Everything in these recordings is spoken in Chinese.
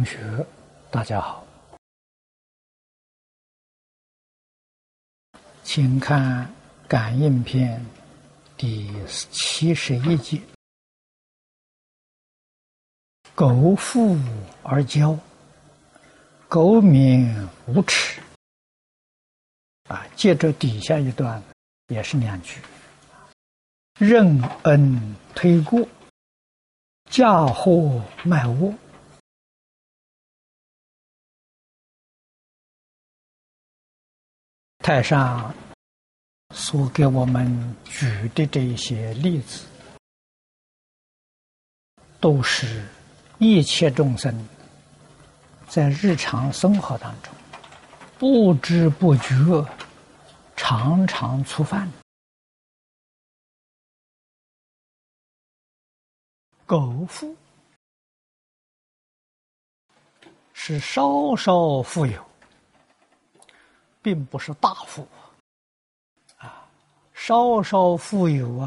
同学，大家好，请看感应篇第71节。苟富而骄，苟免无耻。接着底下一段也是2句：任恩推过，嫁祸卖窝。台上所给我们举的这些例子，都是一切众生在日常生活当中不知不觉常常触犯。苟富是稍稍富有，并不是大富稍稍富有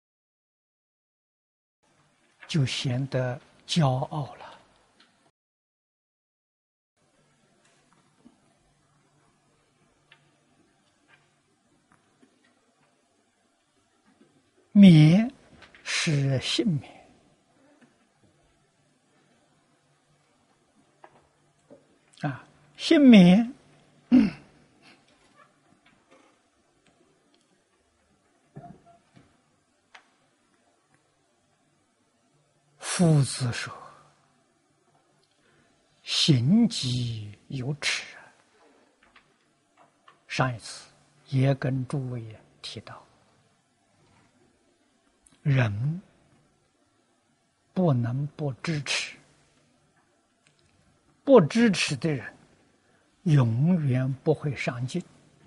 就显得骄傲了。免是幸免，幸免夫子说行己有耻。上一次也跟诸位提到，人不能不支持，不支持的人永远不会上进。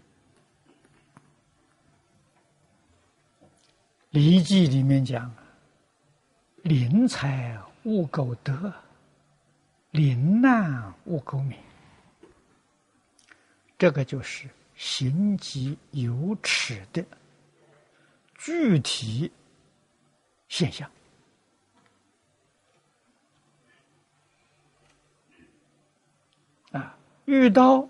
礼记里面讲，临财勿苟得，临难勿苟免。这个就是行己有耻的具体现象。遇到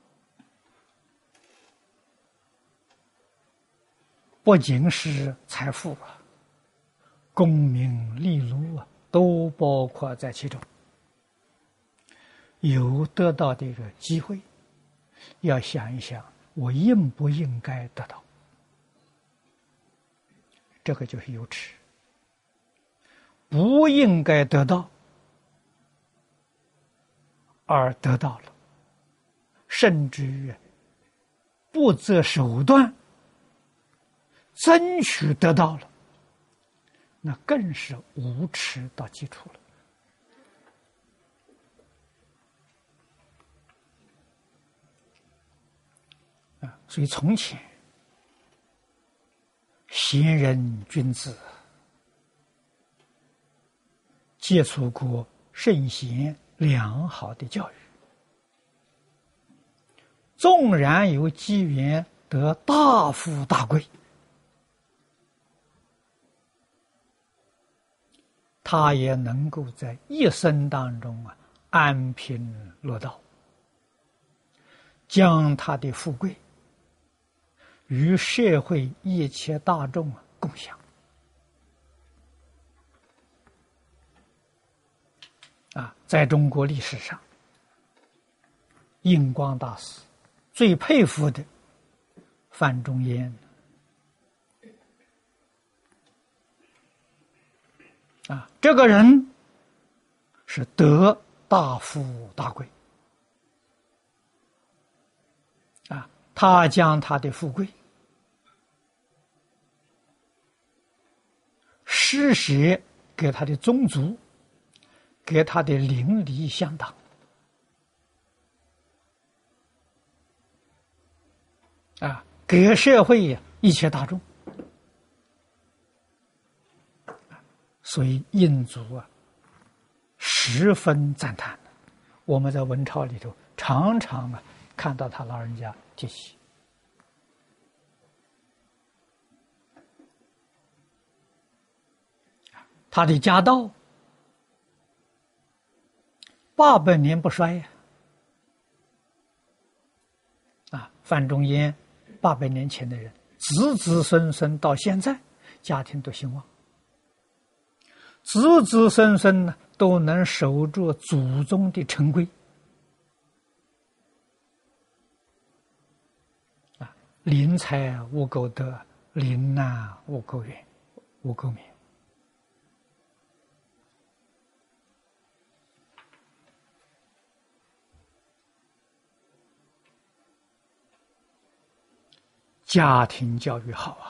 不仅是财富功名利禄都包括在其中。有得到的一个机会，要想一想，我应不应该得到？这个就是有耻。不应该得到，而得到了，甚至于不择手段争取得到了，那更是无耻到极处了。所以从前贤人君子接触过圣贤良好的教育，纵然有机缘得大富大贵，他也能够在一生当中安贫乐道，将他的富贵与社会一切大众共享。在中国历史上，印光大师最佩服的范仲淹这个人是得大富大贵他将他的富贵施舍给他的宗族，给他的邻里乡党，给社会一切大众。所以印族十分赞叹。我们在文钞里头常常看到他老人家提起。他的家道 800年不衰呀！范仲淹800年前的人，子子孙孙到现在，家庭都兴旺，子子孙孙呢都能守住祖宗的成规。临财无苟得，临难无苟远，无苟免。家庭教育好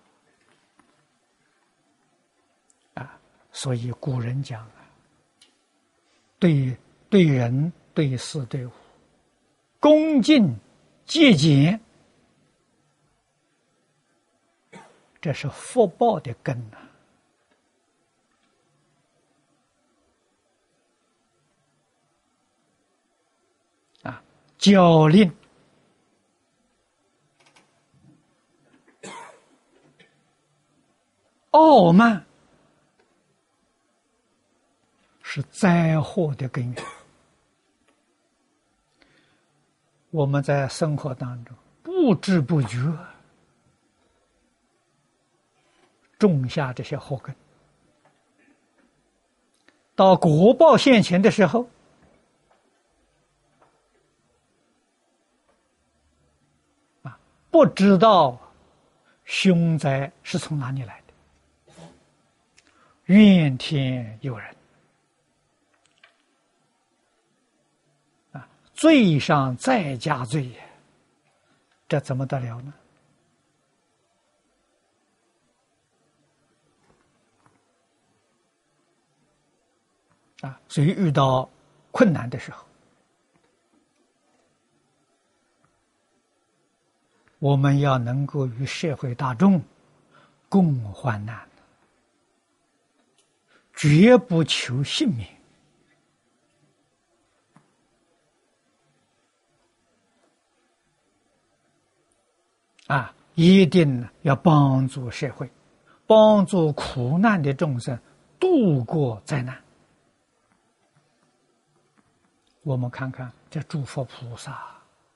所以古人讲对人、对事、对物，恭敬节俭，这是福报的根教令傲慢是灾祸的根源。我们在生活当中不知不觉种下这些祸根，到果报现前的时候，不知道凶灾是从哪里来的，怨天尤人罪上再加罪，这怎么得了呢？所以遇到困难的时候，我们要能够与社会大众共患难，绝不求幸免一定要帮助社会，帮助苦难的众生度过灾难。我们看看这诸佛菩萨，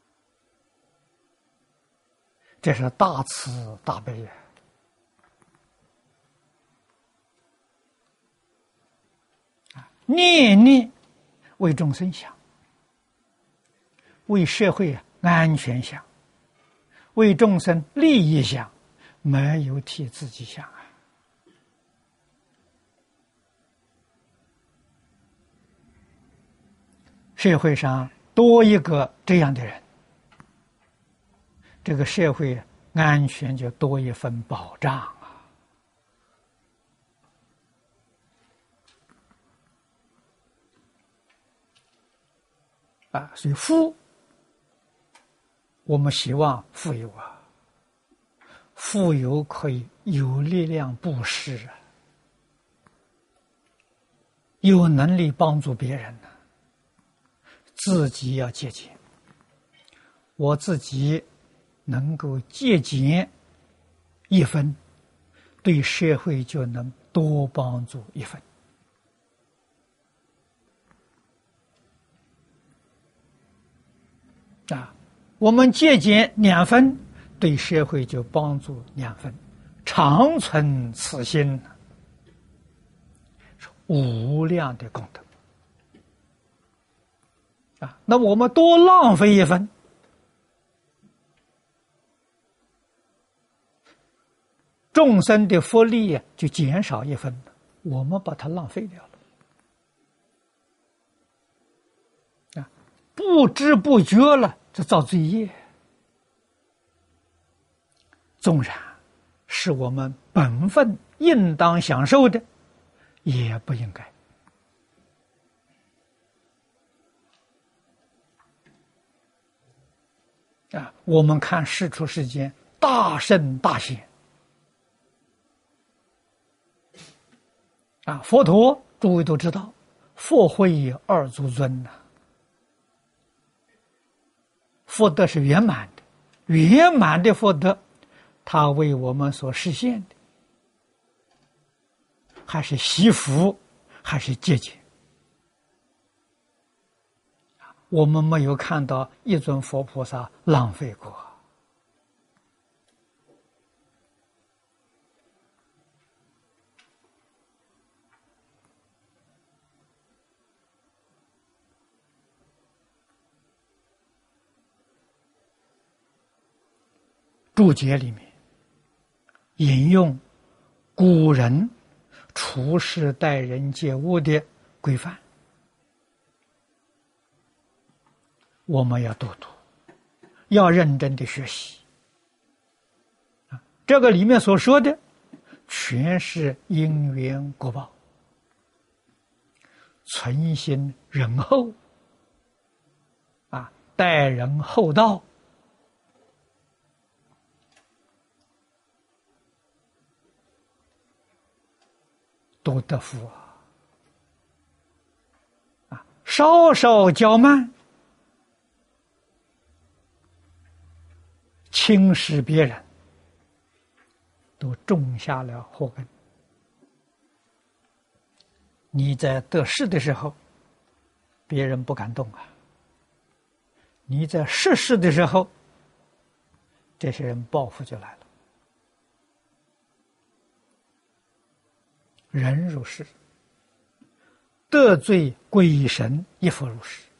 这是大慈大悲念念为众生想，为社会安全想，为众生利益想，没有替自己想社会上多一个这样的人，这个社会安全就多一份保障所以富，我们希望富有富有可以有力量布施有能力帮助别人自己要节俭，我自己能够节俭1分，对社会就能多帮助1分我们节俭2分，对社会就帮助2分，长存此心，是无量的功德那我们多浪费1分，众生的福利就减少1分，我们把它浪费掉了不知不觉了，这造罪业。纵然是我们本分应当享受的，也不应该我们看世出世间大圣大贤佛陀诸位都知道，佛慧2足尊福德是圆满的，圆满的福德他为我们所实现的，还是惜福，还是节俭我们没有看到一尊佛菩萨浪费过。注解里面引用古人处世待人接物的规范，我们要读读，要认真的学习。这个里面所说的全是因缘果报，存心仁厚待人厚道，都得福稍稍骄慢，轻视别人，都种下了祸根。你在得势的时候，别人不敢动你在失势的时候，这些人报复就来了。人如是，得罪鬼神亦复如是。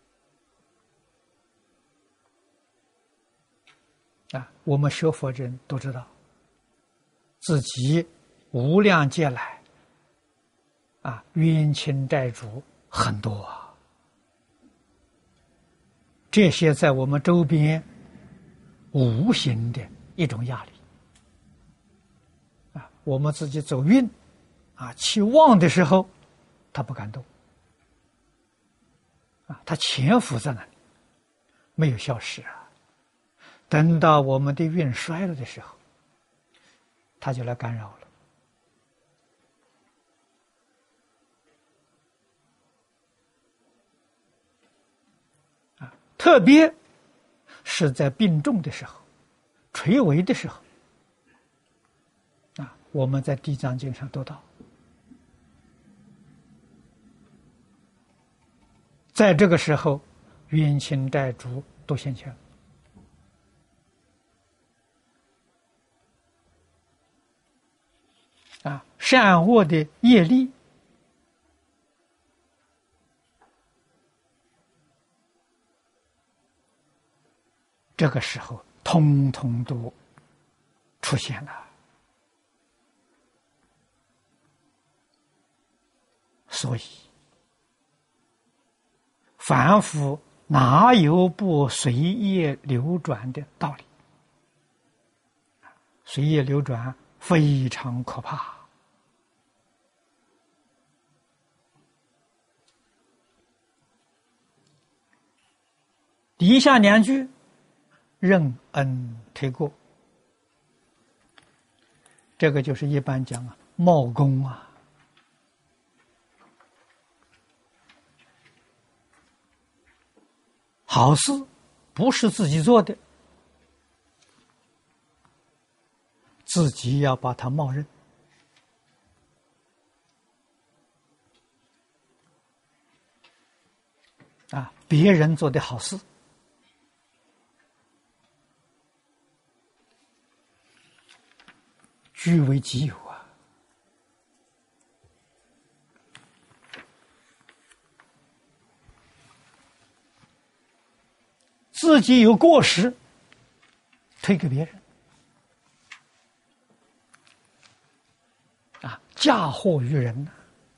我们学佛人都知道，自己无量劫来冤亲债主很多这些在我们周边无形的一种压力我们自己走运起旺的时候，他不敢动他潜伏在那里，没有消失等到我们的运衰了的时候，他就来干扰了特别是在病重的时候，垂危的时候我们在地藏经上读到，在这个时候冤亲债主都现前善恶的业力这个时候通通都出现了。所以凡夫哪有不随业流转的道理？随业流转非常可怕。底下两句认恩推过，这个就是一般讲冒功好事不是自己做的，自己要把它冒认别人做的好事据为己有自己有过失推给别人嫁祸于人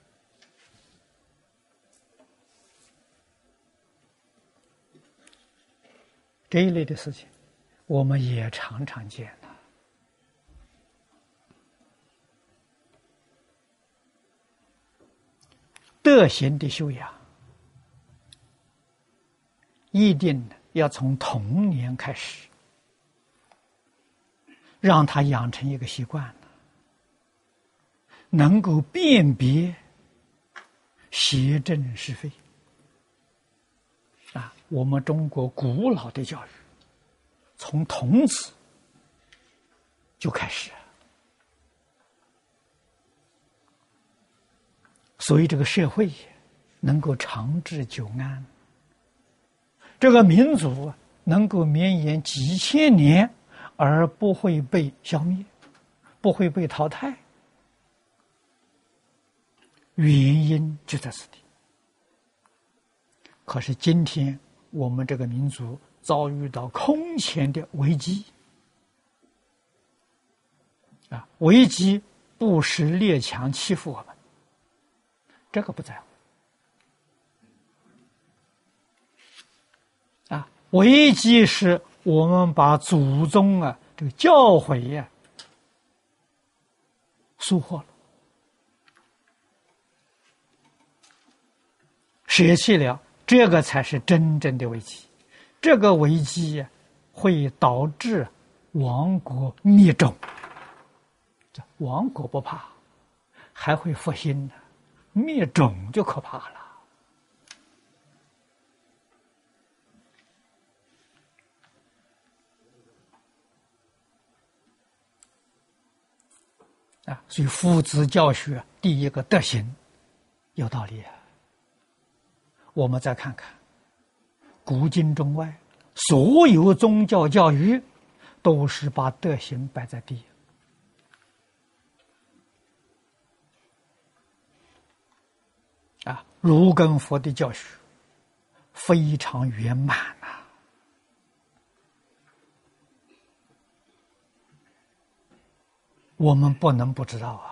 这一类的事情我们也常常见德行的修养一定要从童年开始，让他养成一个习惯，能够辨别邪正是非我们中国古老的教育从童子就开始所以这个社会能够长治久安这个民族能够绵延几千年，而不会被消灭，不会被淘汰，原因就在此地。可是今天我们这个民族遭遇到空前的危机危机不是列强欺负我们，这个不在乎危机是我们把祖宗这个教诲疏忽了，舍弃了，这个才是真正的危机。这个危机会导致亡国灭种。亡国不怕，还会复兴呢，灭种就可怕了。所以父子教学第一个德行有道理我们再看看古今中外所有宗教教育都是把德行摆在第一儒跟佛的教学非常圆满我们不能不知道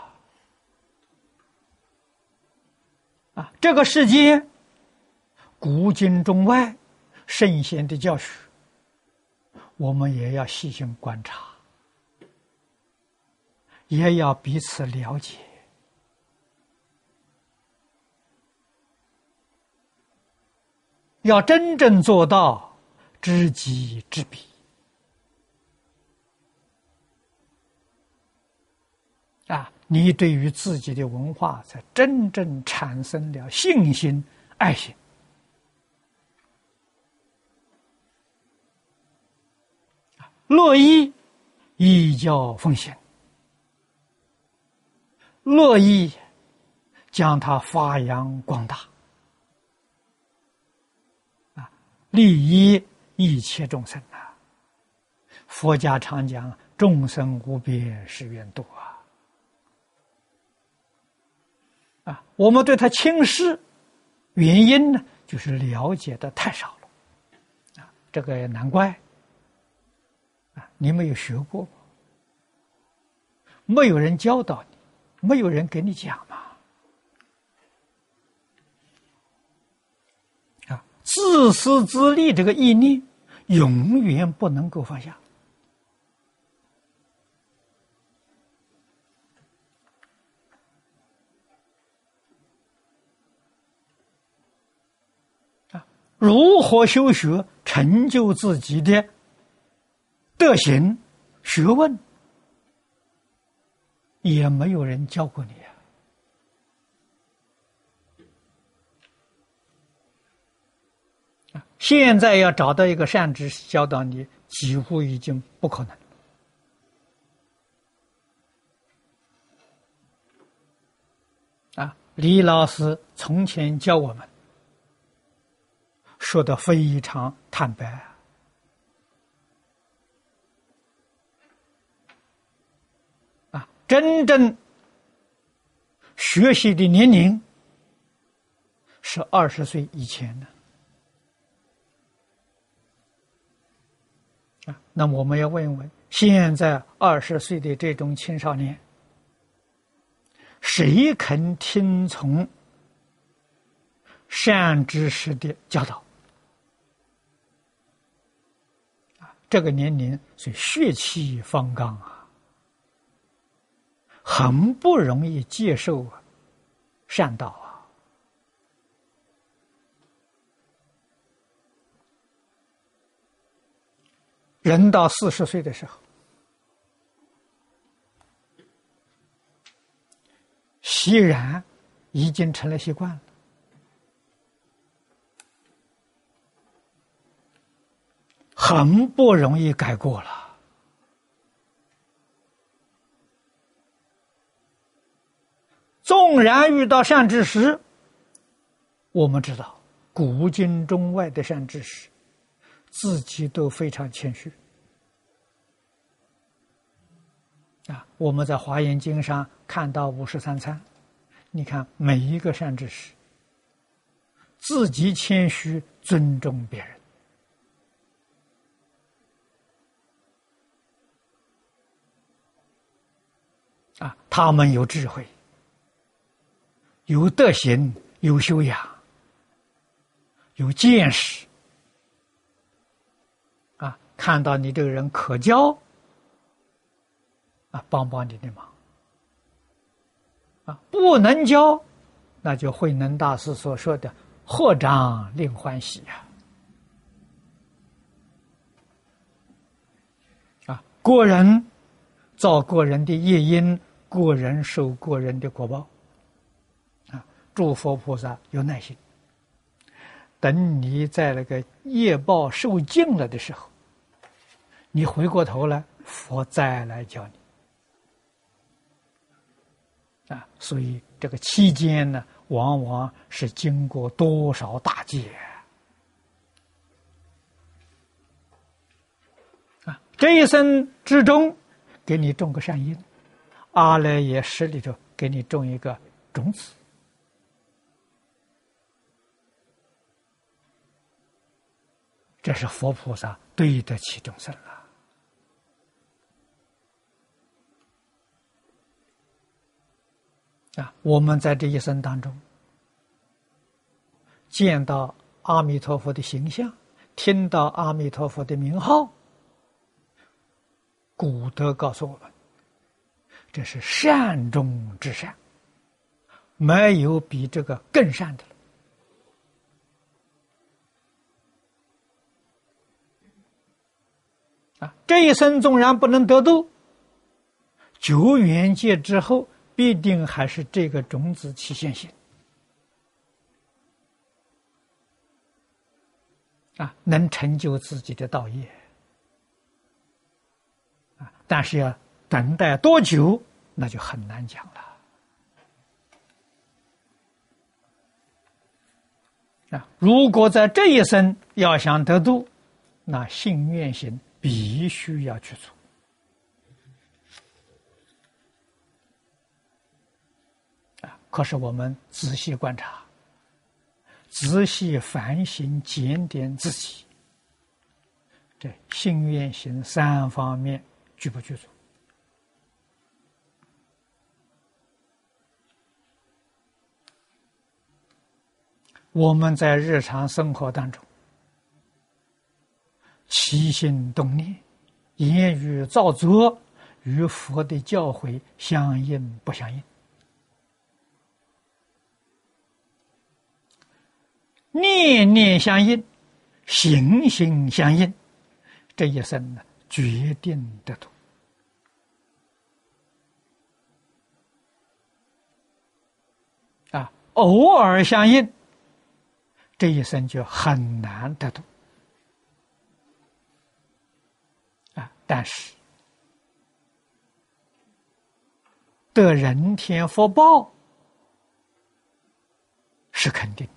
这个世界古今中外圣贤的教学我们也要细心观察，也要彼此了解，要真正做到知己知彼你对于自己的文化才真正产生了信心爱心乐意依教奉行，乐意将它发扬光大利益一切众生佛家常讲众生无边誓愿度我们对他轻视，原因呢，就是了解的太少了这个也难怪你没有学过，没有人教导你，没有人给你讲嘛自私自利这个意念永远不能够放下如何修学成就自己的德行学问也没有人教过你现在要找到一个善知识教导你几乎已经不可能李老师从前教我们说得非常坦白真正学习的年龄是20岁以前的那么我们要问一问现在20岁的这种青少年谁肯听从善知识的教导这个年龄是血气方刚很不容易接受善道人到40岁的时候习然已经成了习惯了很不容易改过了纵然遇到善知识我们知道古今中外的善知识自己都非常谦虚。我们在《华严经》上看到53参，你看每一个善知识，自己谦虚，尊重别人。他们有智慧，有德行，有修养，有见识。看到你这个人可教，帮帮你的忙。不能教，那就慧能大师所说的“合掌令欢喜”过人造过人的业因，过人受过人的果报。诸佛菩萨有耐心，等你在那个业报受尽了的时候，你回过头来，佛再来教你。所以这个期间呢，往往是经过多少大劫这一生之中，给你种个善因，阿赖耶识里头给你种一个种子，这是佛菩萨对得起众生了。我们在这一生当中，见到阿弥陀佛的形象，听到阿弥陀佛的名号，古德告诉我们，这是善中之善，没有比这个更善的了。这一生纵然不能得度，久远劫之后，必定还是这个种子起现行能成就自己的道业但是要等待多久，那就很难讲了。如果在这一生要想得度，那信愿行必须要去做。可是我们仔细观察，仔细反省检点自己，这信愿行3方面具不具足？我们在日常生活当中，起心动念、言语造作，与佛的教诲相应不相应？念念相应，行行相应，这一生呢，决定得度。偶尔相应，这一生就很难得度。但是得人天福报是肯定的。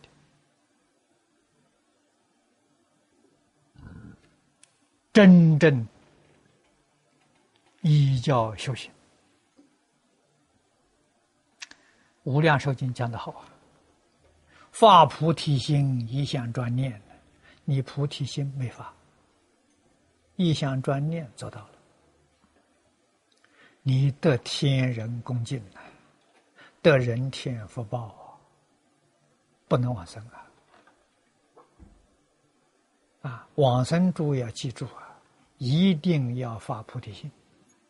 真正依教修行，无量寿经讲得好发菩提心，一向专念。你菩提心没发，一向专念做到了，你得天人恭敬得人天福报不能往生往生诸要记住一定要发菩提心。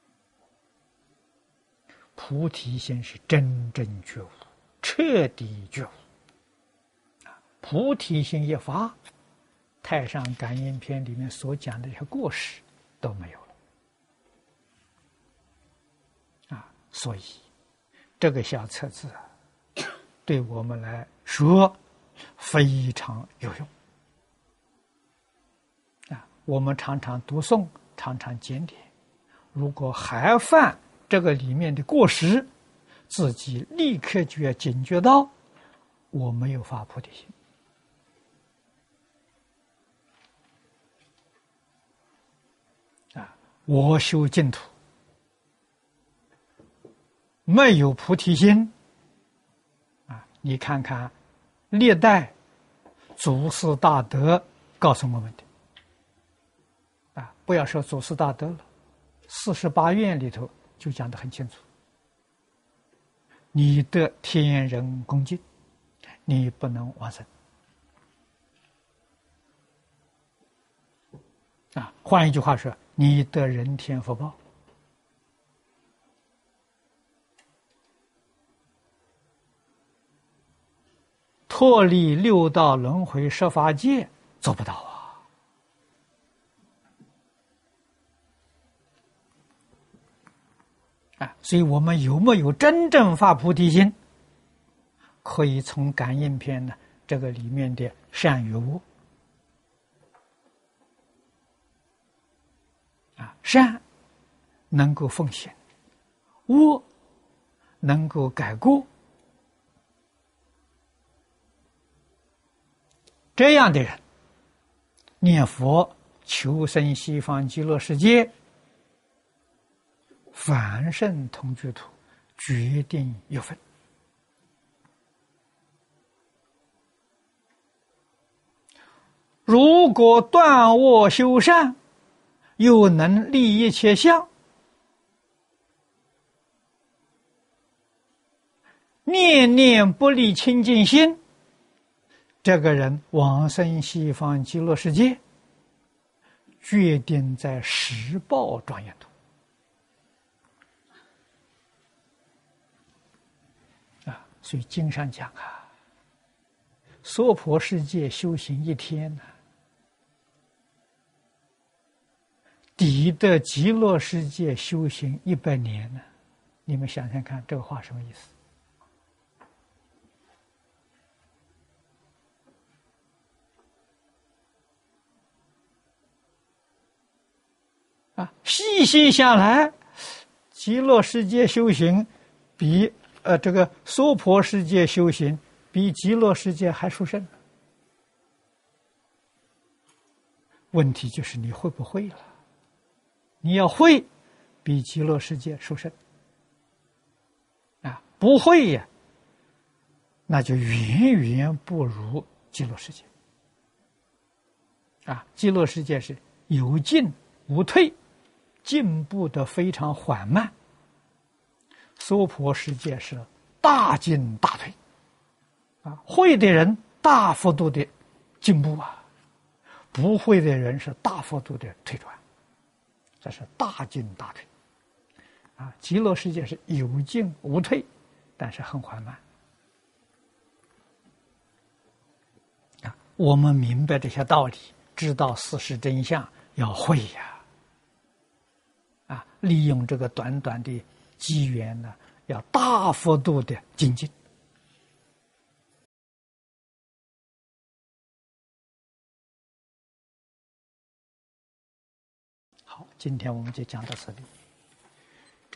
菩提心是真正觉悟，彻底觉悟。菩提心一发，《太上感应篇》里面所讲的一些过失都没有了。所以这个小册子对我们来说非常有用。我们常常读诵，常常检点，如果还犯这个里面的过失，自己立刻就要警觉到我没有发菩提心。 我修净土没有菩提心啊！你看看历代祖师大德告诉我们的啊，不要说祖师大德了，48愿里头就讲得很清楚。你得天人恭敬，你不能往生啊！换一句话说，你得人天福报。脱离六道轮回十法界做不到啊！所以我们有没有真正发菩提心，可以从感应篇呢这个里面的善与恶啊，善能够奉献，恶能够改过。这样的人念佛求生西方极乐世界，凡圣同居土决定有份。如果断恶修善，又能利一切相，念念不离清净心，这个人往生西方极乐世界，决定在十报庄严土啊！所以经上讲啊，娑婆世界修行一天呢，抵得极乐世界修行100年呢。你们想想看，这个话什么意思？啊，细细想来，极乐世界修行比这个娑婆世界修行比极乐世界还殊胜。问题就是你会不会了？你要会，比极乐世界殊胜啊！不会呀，那就远远不如极乐世界啊！极乐世界是有进无退，进步的非常缓慢。娑婆世界是大进大退啊！会的人大幅度的进步啊，不会的人是大幅度的退转，这是大进大退啊！极乐世界是有进无退，但是很缓慢啊！我们明白这些道理，知道事实真相，要会呀！啊，利用这个短短的机缘呢，要大幅度的精进。好，今天我们就讲到这里。